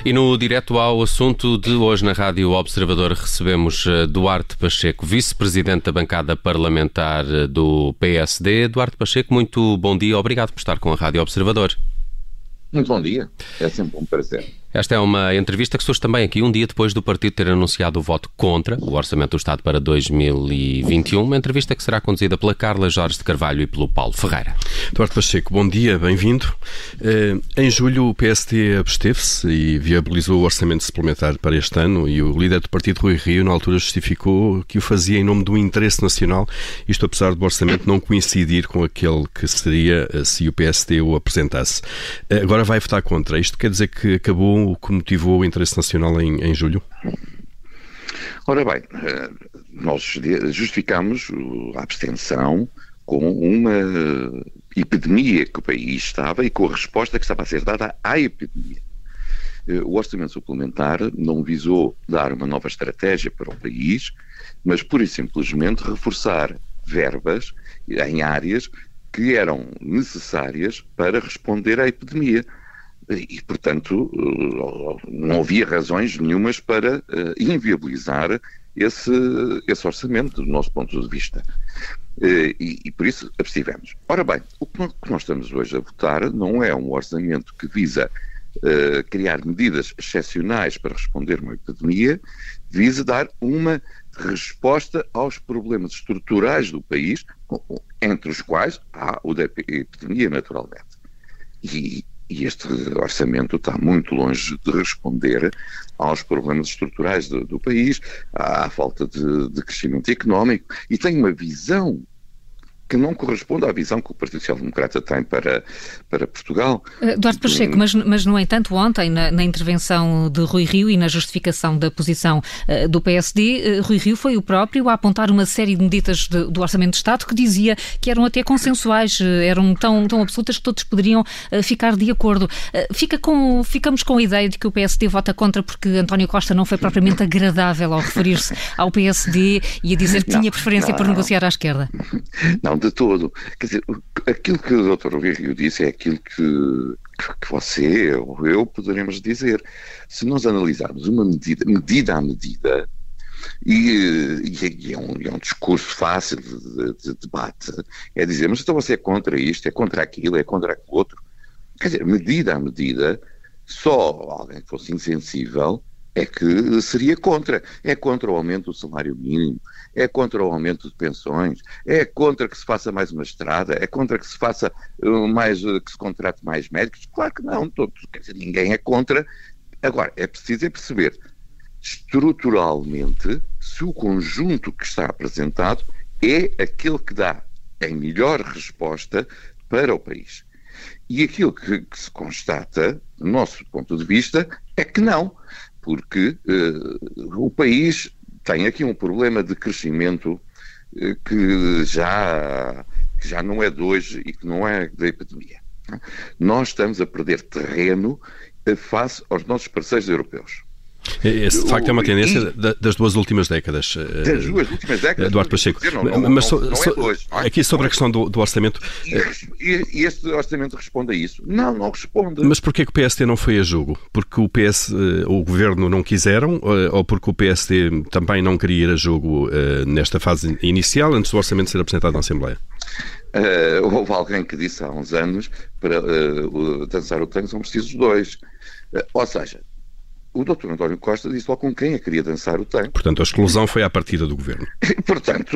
E no direto ao assunto de hoje na Rádio Observador recebemos Duarte Pacheco, vice-presidente da bancada parlamentar do PSD. Duarte Pacheco, muito bom dia, obrigado por estar com a Rádio Observador. Muito bom dia, é sempre um prazer. Esta é uma entrevista que surge também aqui um dia depois do partido ter anunciado o voto contra o Orçamento do Estado para 2021, uma entrevista que será conduzida pela Carla Jorge de Carvalho e pelo Paulo Ferreira. Duarte Pacheco, bom dia, bem-vindo. Em julho o PSD absteve-se e viabilizou o Orçamento Suplementar para este ano e o líder do partido, Rui Rio, na altura justificou que o fazia em nome do interesse nacional, isto apesar do Orçamento não coincidir com aquele que seria se o PSD o apresentasse. Agora vai votar contra. Isto quer dizer que acabou o que motivou o interesse nacional em julho? Ora bem, nós justificamos a abstenção com uma epidemia que o país estava e com a resposta que estava a ser dada à epidemia. O Orçamento Suplementar não visou dar uma nova estratégia para o país, mas pura e simplesmente reforçar verbas em áreas que eram necessárias para responder à epidemia. E, portanto, não havia razões nenhumas para inviabilizar esse orçamento, do nosso ponto de vista. E por isso abstivemos. Ora bem, o que nós estamos hoje a votar não é um orçamento que visa criar medidas excepcionais para responder a uma epidemia, visa dar uma resposta aos problemas estruturais do país, entre os quais há o da epidemia, naturalmente. E este orçamento está muito longe de responder aos problemas estruturais do país, à falta de crescimento económico, e tem uma visão que não corresponde à visão que o Partido Social Democrata tem para Portugal. Duarte Pacheco, mas no entanto ontem na intervenção de Rui Rio e na justificação da posição do PSD, Rui Rio foi o próprio a apontar uma série de medidas do Orçamento de Estado que dizia que eram até consensuais, eram tão absolutas que todos poderiam ficar de acordo. Ficamos com a ideia de que o PSD vota contra porque António Costa não foi propriamente agradável ao referir-se ao PSD e a dizer que tinha preferência por negociar à esquerda. Não, de todo. Quer dizer, aquilo que o Dr. Rui Rio disse é aquilo que você ou eu poderemos dizer. Se nós analisarmos uma medida a medida, e é um discurso fácil de debate, é dizer, mas então você é contra isto, é contra aquilo, é contra aquilo outro. Quer dizer, medida a medida, só alguém que fosse insensível é que seria contra. É contra o aumento do salário mínimo, é contra o aumento de pensões, é contra que se faça mais uma estrada, é contra que se faça que se contrate mais médicos. Claro que não, quer dizer, ninguém é contra. Agora, é preciso perceber estruturalmente se o conjunto que está apresentado é aquele que dá a melhor resposta para o país. E aquilo que se constata, do nosso ponto de vista, é que não. Porque o país tem aqui um problema de crescimento que já não é de hoje e que não é da epidemia. Nós estamos a perder terreno face aos nossos parceiros europeus. Esse, de facto, é uma tendência das duas últimas décadas. Das duas últimas décadas? Eduardo Pacheco. Mas não é de hoje. Aqui sobre a questão do orçamento... E este orçamento responde a isso? Não responde. Mas porquê que o PSD não foi a jogo? Porque o Governo não quiseram ou porque o PSD também não queria ir a jogo nesta fase inicial, antes do orçamento ser apresentado na Assembleia? Houve alguém que disse há uns anos para dançar o tango são precisos dois. Ou seja, o Dr. António Costa disse logo com quem queria dançar o tango. Portanto, a exclusão foi à partida do Governo. Portanto,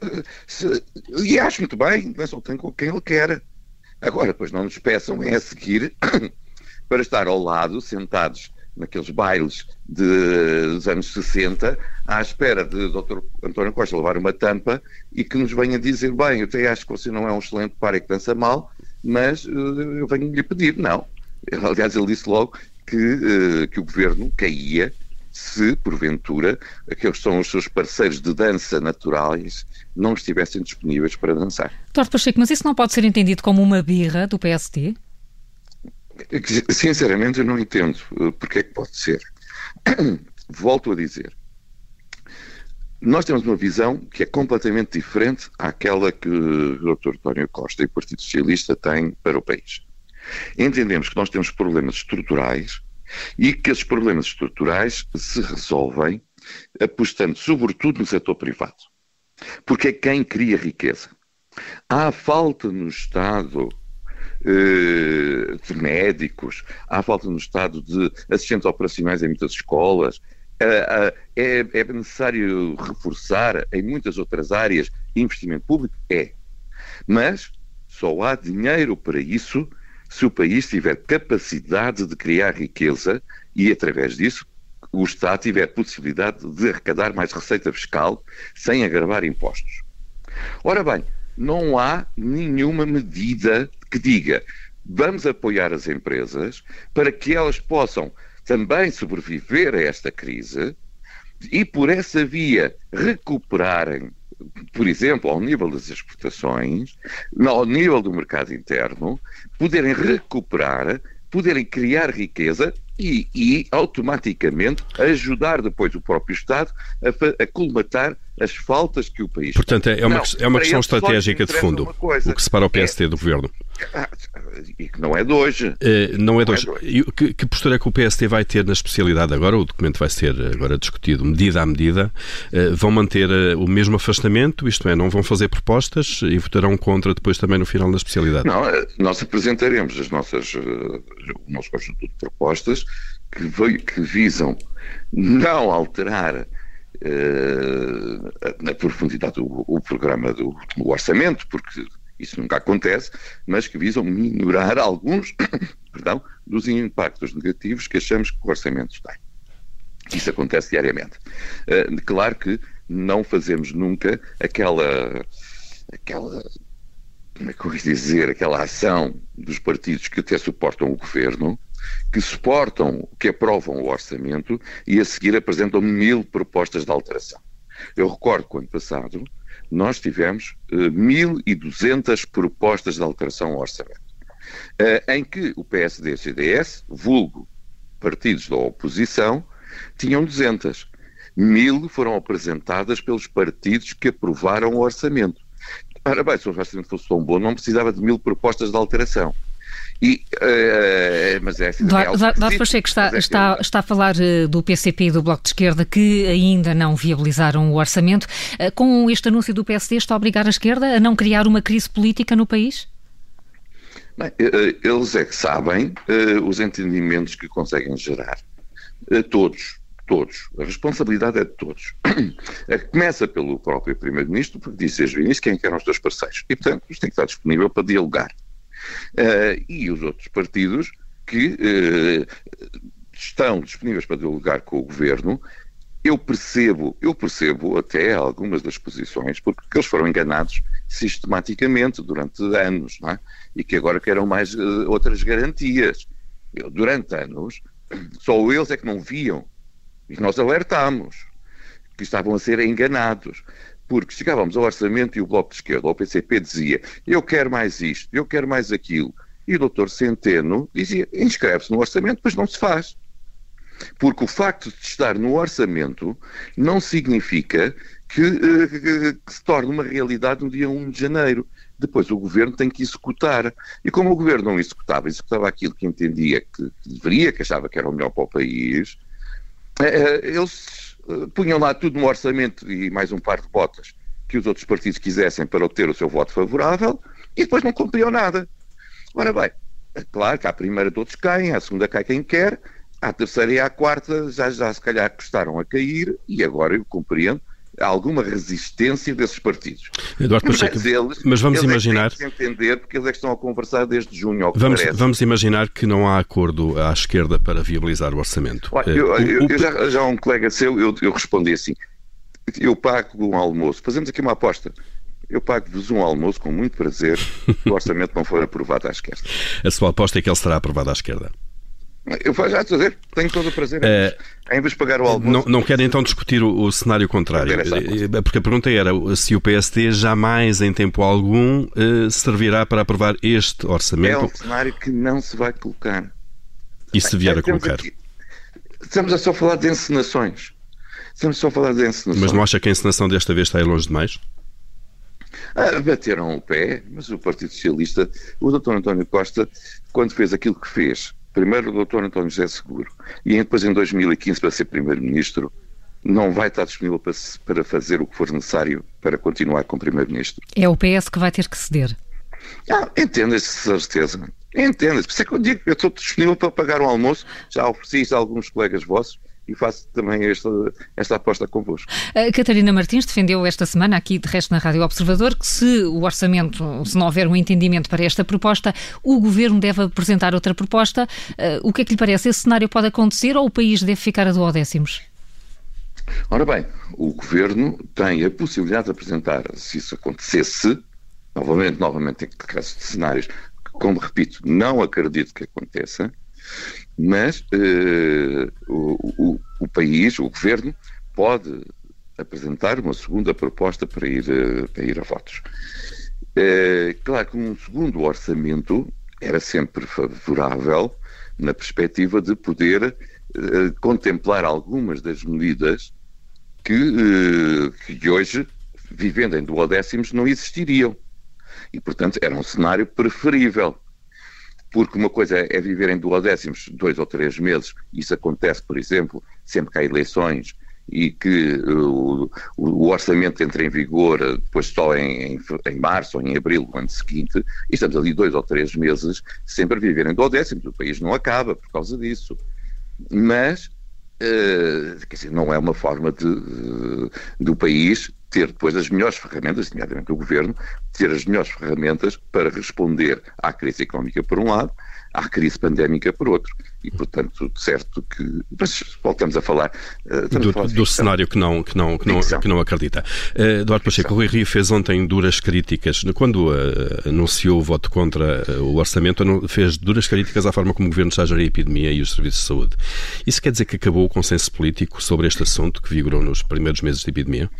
e acho muito bem, dança o tango com quem ele quer. Agora, pois não nos peçam a seguir para estar ao lado, sentados naqueles bailes dos anos 60, à espera de Dr. António Costa levar uma tampa e que nos venha dizer, bem, eu até acho que você não é um excelente par e que dança mal, mas eu venho-lhe pedir. Não. Aliás, ele disse logo que o Governo caía se, porventura, aqueles que são os seus parceiros de dança naturais não estivessem disponíveis para dançar. Duarte Pacheco, mas isso não pode ser entendido como uma birra do PSD? Sinceramente, eu não entendo porque é que pode ser. Volto a dizer. Nós temos uma visão que é completamente diferente àquela que o Dr. António Costa e o Partido Socialista têm para o país. Entendemos que nós temos problemas estruturais e que esses problemas estruturais se resolvem apostando sobretudo no setor privado, porque é quem cria riqueza. Há falta no Estado de médicos, há falta no Estado de assistentes operacionais em muitas escolas, é necessário reforçar em muitas outras áreas investimento público? É. Mas só há dinheiro para isso se o país tiver capacidade de criar riqueza e, através disso, o Estado tiver possibilidade de arrecadar mais receita fiscal sem agravar impostos. Ora bem, não há nenhuma medida que diga vamos apoiar as empresas para que elas possam também sobreviver a esta crise e, por essa via, recuperarem, por exemplo, ao nível das exportações, ao nível do mercado interno, poderem recuperar, poderem criar riqueza e automaticamente ajudar depois o próprio Estado a colmatar as faltas que o país... Portanto, é uma questão estratégica de fundo, o que separa o PSD do Governo. E que não é de hoje. Não é de hoje. E que postura é que o PSD vai ter na especialidade agora? O documento vai ser agora discutido medida a medida. Vão manter o mesmo afastamento, isto é, não vão fazer propostas e votarão contra depois também no final da especialidade? Não, nós apresentaremos o nosso conjunto de propostas que visam não alterar na profundidade o programa do orçamento, porque isso nunca acontece, mas que visam minorar alguns dos impactos negativos que achamos que o orçamento tem. Isso acontece diariamente. Claro que não fazemos nunca aquela como é que eu ia dizer, aquela ação dos partidos que até suportam o governo, que aprovam o orçamento e a seguir apresentam 1000 propostas de alteração. Eu recordo que o ano passado nós tivemos 1200 propostas de alteração ao orçamento, em que o PSD e o CDS, vulgo partidos da oposição, tinham 200. 1000 foram apresentadas pelos partidos que aprovaram o orçamento. Ora bem, se o orçamento fosse tão bom, não precisava de 1000 propostas de alteração. Mas é assim. Duarte Pacheco está a falar do PCP e do Bloco de Esquerda que ainda não viabilizaram o orçamento. Com este anúncio do PSD, está a obrigar a esquerda a não criar uma crise política no país? Bem, eles é que sabem os entendimentos que conseguem gerar. Todos. A responsabilidade é de todos. Começa pelo próprio Primeiro-Ministro, porque disse desde o início quem eram os seus parceiros. E, portanto, isto tem que estar disponível para dialogar. E os outros partidos que estão disponíveis para dialogar com o Governo, eu percebo até algumas das posições, porque eles foram enganados sistematicamente durante anos, não é? E que agora querem mais outras garantias. Durante anos, só eles é que não viam, e nós alertámos que estavam a ser enganados. Porque chegávamos ao orçamento e o Bloco de Esquerda, o PCP, dizia eu quero mais isto, eu quero mais aquilo. E o Dr. Centeno dizia inscreve-se no orçamento, mas não se faz. Porque o facto de estar no orçamento não significa que se torne uma realidade no dia 1 de janeiro. Depois o Governo tem que executar. E como o Governo não executava aquilo que entendia que deveria, que achava que era o melhor para o país, eles punham lá tudo no orçamento e mais um par de botas que os outros partidos quisessem para obter o seu voto favorável e depois não cumpriam nada. Ora bem, é claro que à primeira todos caem, à segunda cai quem quer, à terceira e à quarta já se calhar custaram a cair e agora eu compreendo alguma resistência desses partidos. Eduardo Pacheco, mas vamos imaginar... Têm que se entender porque eles é que estão a conversar desde junho, ao que vamos imaginar que não há acordo à esquerda para viabilizar o orçamento. Já um colega seu, eu respondi assim, eu pago um almoço, fazemos aqui uma aposta, eu pago-vos um almoço com muito prazer se o orçamento não for aprovado à esquerda. A sua aposta é que ele será aprovado à esquerda? Eu já estou a dizer, tenho todo o prazer em vos pagar o almoço. Não querem então discutir o cenário contrário? Porque a pergunta era se o PSD jamais em tempo algum servirá para aprovar este orçamento. É um cenário que não se vai colocar. E se vier a colocar? Estamos a só falar de encenações. Mas não acha que a encenação desta vez está aí longe demais? Bateram o pé, mas o Partido Socialista, o Dr. António Costa, quando fez aquilo que fez, primeiro o Dr. António José Seguro e depois em 2015 para ser Primeiro-Ministro, não vai estar disponível para fazer o que for necessário para continuar como Primeiro-Ministro. É o PS que vai ter que ceder. Entenda-se, certeza. Entenda-se. Por isso é que eu digo que eu estou disponível para pagar um almoço, já ofereci isso a alguns colegas vossos, e faço também esta aposta convosco. A Catarina Martins defendeu esta semana, aqui de resto na Rádio Observador, que se o orçamento, se não houver um entendimento para esta proposta, o Governo deve apresentar outra proposta. O que é que lhe parece? Esse cenário pode acontecer ou o país deve ficar a duodécimos? Ora bem, o Governo tem a possibilidade de apresentar, se isso acontecesse, novamente em caso de cenários, que, como repito, não acredito que aconteça, mas o país, o Governo, pode apresentar uma segunda proposta para ir a votos. Claro que um segundo orçamento era sempre favorável na perspectiva de poder contemplar algumas das medidas que hoje, vivendo em duodécimos, não existiriam. E, portanto, era um cenário preferível. Porque uma coisa é viver em duodécimos 2 ou 3 meses, isso acontece, por exemplo, sempre que há eleições e que o orçamento entra em vigor depois só em março ou em abril do ano seguinte, e estamos ali 2 ou 3 meses sempre a viver em duodécimos, o país não acaba por causa disso. Mas, quer dizer, não é uma forma do país ter depois as melhores ferramentas, nomeadamente o Governo, ter as melhores ferramentas para responder à crise económica por um lado, à crise pandémica por outro. E, portanto, certo que... Mas voltamos a falar... do cenário que não acredita. Duarte Pacheco, Rui Rio fez ontem duras críticas. Quando anunciou o voto contra o orçamento, fez duras críticas à forma como o Governo está a gerir a epidemia e os serviços de saúde. Isso quer dizer que acabou o consenso político sobre este assunto que vigorou nos primeiros meses de epidemia?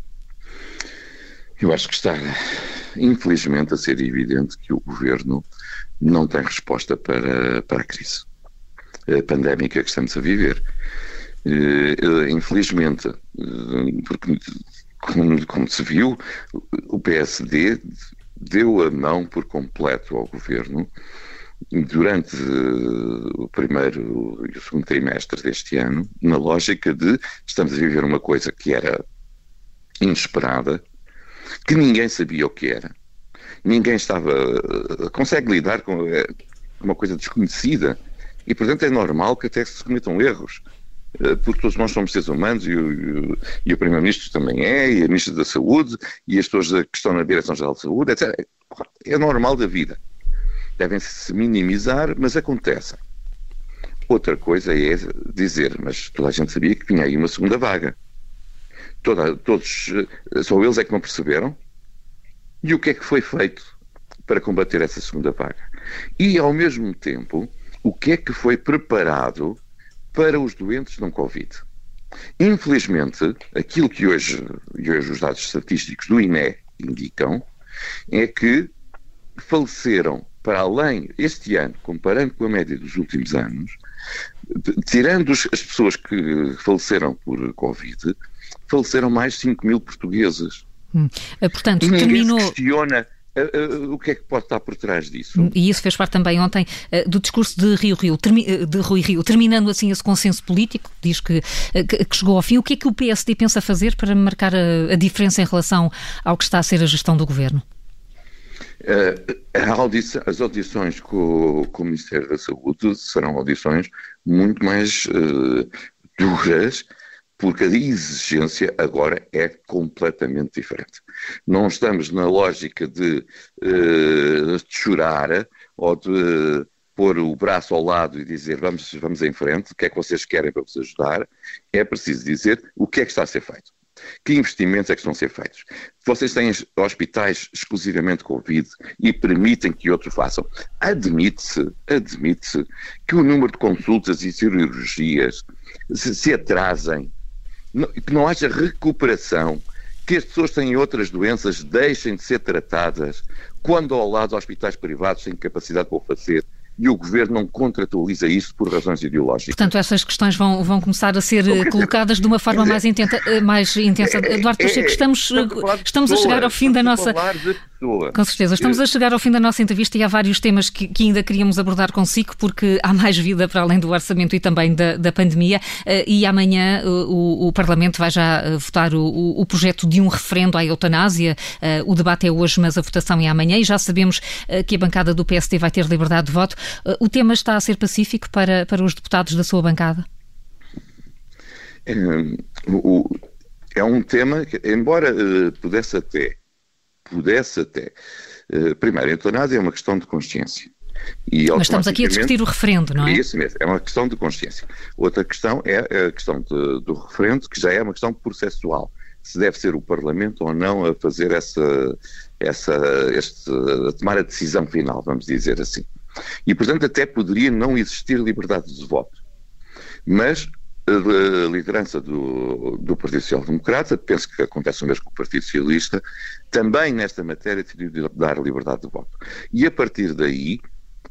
Eu acho que está, infelizmente, a ser evidente que o Governo não tem resposta para a crise pandémica que estamos a viver. Infelizmente, porque, como se viu, o PSD deu a mão por completo ao Governo durante o primeiro e o segundo trimestre deste ano, na lógica de estamos a viver uma coisa que era inesperada, que ninguém sabia o que era. Ninguém consegue lidar com uma coisa desconhecida e, portanto, é normal que até se cometam erros, porque todos nós somos seres humanos e o Primeiro-Ministro também e a Ministra da Saúde e as pessoas que estão na Direção-Geral de Saúde, etc. É normal da vida. Devem-se minimizar, mas acontecem. Outra coisa é dizer, mas toda a gente sabia que vinha aí uma segunda vaga. Todos, só eles é que não perceberam. E o que é que foi feito para combater essa segunda vaga? E, ao mesmo tempo, o que é que foi preparado para os doentes não Covid? Infelizmente, aquilo que hoje os dados estatísticos do INE indicam é que faleceram, para além, este ano, comparando com a média dos últimos anos, tirando as pessoas que faleceram por Covid, faleceram mais de 5 mil portugueses. Portanto, e ninguém terminou... se questiona o que é que pode estar por trás disso. E isso fez parte também ontem do discurso de Rui Rio, terminando assim esse consenso político, diz que chegou ao fim. O que é que o PSD pensa fazer para marcar a diferença em relação ao que está a ser a gestão do Governo? As audições com o Ministério da Saúde serão audições muito mais duras, porque a exigência agora é completamente diferente. Não estamos na lógica de chorar ou de pôr o braço ao lado e dizer vamos em frente, o que é que vocês querem para vos ajudar. É preciso dizer o que é que está a ser feito. Que investimentos é que estão a ser feitos? Vocês têm hospitais exclusivamente Covid e permitem que outros façam. Admite-se que o número de consultas e cirurgias se atrasem, que não haja recuperação, que as pessoas têm outras doenças deixem de ser tratadas, quando ao lado hospitais privados têm capacidade para o fazer, e o Governo não contratualiza isso por razões ideológicas. Portanto, essas questões vão começar a ser colocadas de uma forma mais intensa. Duarte Pacheco, estamos a chegar ao fim da nossa... pessoa. Com certeza. Estamos a chegar ao fim da nossa entrevista e há vários temas que ainda queríamos abordar consigo, porque há mais vida para além do orçamento e também da pandemia, e amanhã o Parlamento vai já votar o projeto de um referendo à eutanásia. O debate é hoje, mas a votação é amanhã, e já sabemos que a bancada do PSD vai ter liberdade de voto. O tema está a ser pacífico para os deputados da sua bancada? É um tema que, embora pudesse até, primeiro, a eutanásia é uma questão de consciência. Mas estamos aqui a discutir o referendo, não é? Isso mesmo, é uma questão de consciência. Outra questão é a questão do referendo, que já é uma questão processual. Se deve ser o Parlamento ou não a fazer a tomar a decisão final, vamos dizer assim. E, portanto, até poderia não existir liberdade de voto. Mas a liderança do Partido Social Democrata, penso que acontece o mesmo com o Partido Socialista, também nesta matéria decidiu dar liberdade de voto. E a partir daí,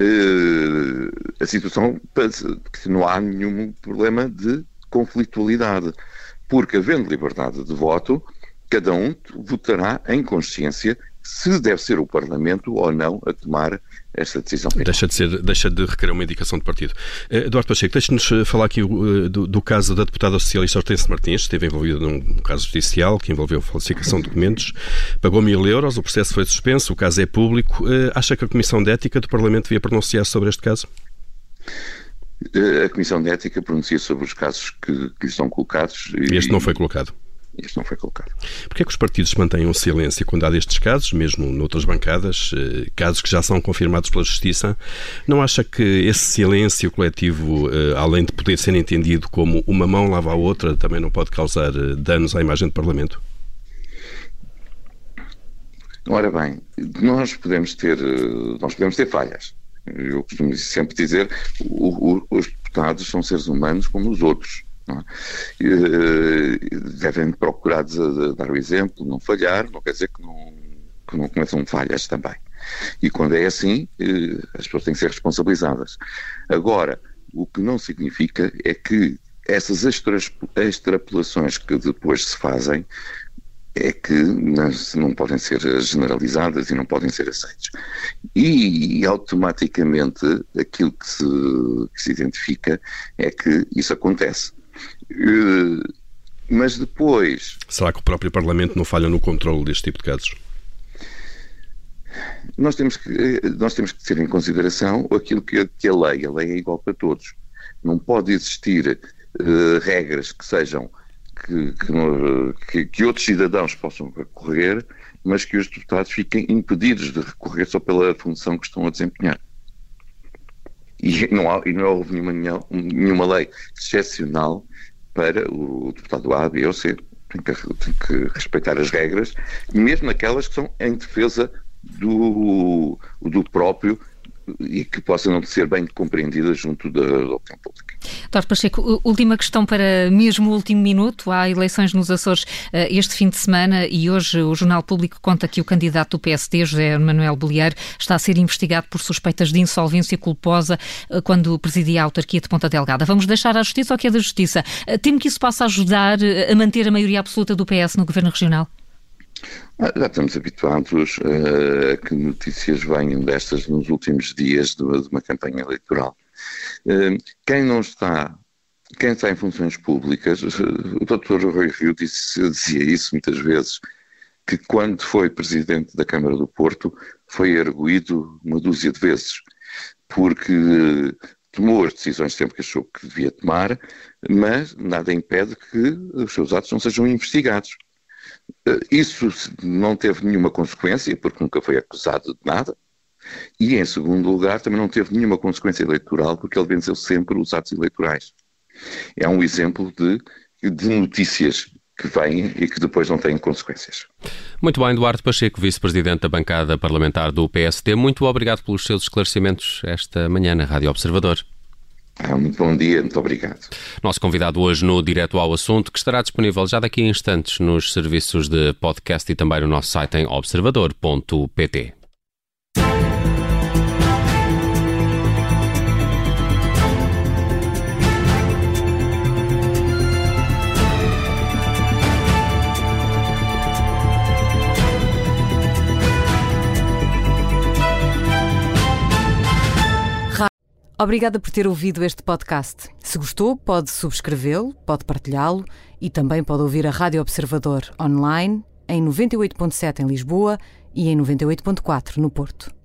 a situação, que não há nenhum problema de conflitualidade, porque havendo liberdade de voto, cada um votará em consciência se deve ser o Parlamento ou não a tomar esta decisão final. Deixa de requerer uma indicação de partido. Eduardo Pacheco, deixe-nos falar aqui do caso da deputada socialista Hortência Martins, esteve envolvida num caso judicial que envolveu falsificação de documentos, pagou 1.000 euros, o processo foi suspenso, o caso é público. Acha que a Comissão de Ética do Parlamento devia pronunciar-se sobre este caso? A Comissão de Ética pronuncia sobre os casos que lhe estão colocados. Este não foi colocado? Este não foi colocado. Porquê é que os partidos mantêm um silêncio quando há destes casos, mesmo noutras bancadas, casos que já são confirmados pela Justiça? Não acha que esse silêncio coletivo, além de poder ser entendido como uma mão lava a outra, também não pode causar danos à imagem do Parlamento? Ora bem, nós podemos ter falhas. Eu costumo sempre dizer, os deputados são seres humanos como os outros. Não é? Devem procurar dar o exemplo, não falhar, não quer dizer que não começam falhas também. E quando é assim, as pessoas têm que ser responsabilizadas. Agora, o que não significa é que essas extrapolações que depois se fazem é que não podem ser generalizadas e não podem ser aceitas. E automaticamente aquilo que se identifica é que isso acontece. Mas depois... Será que o próprio Parlamento não falha no controle deste tipo de casos? Nós temos que ter em consideração aquilo que a lei é igual para todos. Não pode existir regras que sejam que outros cidadãos possam recorrer, mas que os deputados fiquem impedidos de recorrer só pela função que estão a desempenhar. E não houve nenhuma lei excepcional para o deputado A, B ou C. Tem que respeitar as regras, mesmo aquelas que são em defesa do próprio e que possam não ser bem compreendidas junto da opinião pública. Dr. Pacheco, última questão para mesmo o último minuto. Há eleições nos Açores este fim de semana e hoje o Jornal Público conta que o candidato do PSD, José Manuel Bolieiro, está a ser investigado por suspeitas de insolvência culposa quando presidia a autarquia de Ponta Delgada. Vamos deixar à Justiça ou que é da Justiça? Temo que isso possa ajudar a manter a maioria absoluta do PS no Governo Regional? Já estamos habituados a que notícias venham destas nos últimos dias de uma campanha eleitoral. Quem está em funções públicas, o Dr. Rui Rio dizia isso muitas vezes, que quando foi Presidente da Câmara do Porto foi erguido uma dúzia de vezes, porque tomou as decisões sempre que achou que devia tomar, mas nada impede que os seus atos não sejam investigados. Isso não teve nenhuma consequência, porque nunca foi acusado de nada, e em segundo lugar também não teve nenhuma consequência eleitoral, porque ele venceu sempre os atos eleitorais. É um exemplo de notícias que vêm e que depois não têm consequências. Muito bem, Eduardo Pacheco, Vice-Presidente da bancada parlamentar do PSD, muito obrigado pelos seus esclarecimentos esta manhã na Rádio Observador. Muito bom dia, muito obrigado. Nosso convidado hoje no Direto ao Assunto, que estará disponível já daqui a instantes nos serviços de podcast e também no nosso site em observador.pt. Obrigada por ter ouvido este podcast. Se gostou, pode subscrevê-lo, pode partilhá-lo e também pode ouvir a Rádio Observador online em 98.7 em Lisboa e em 98.4 no Porto.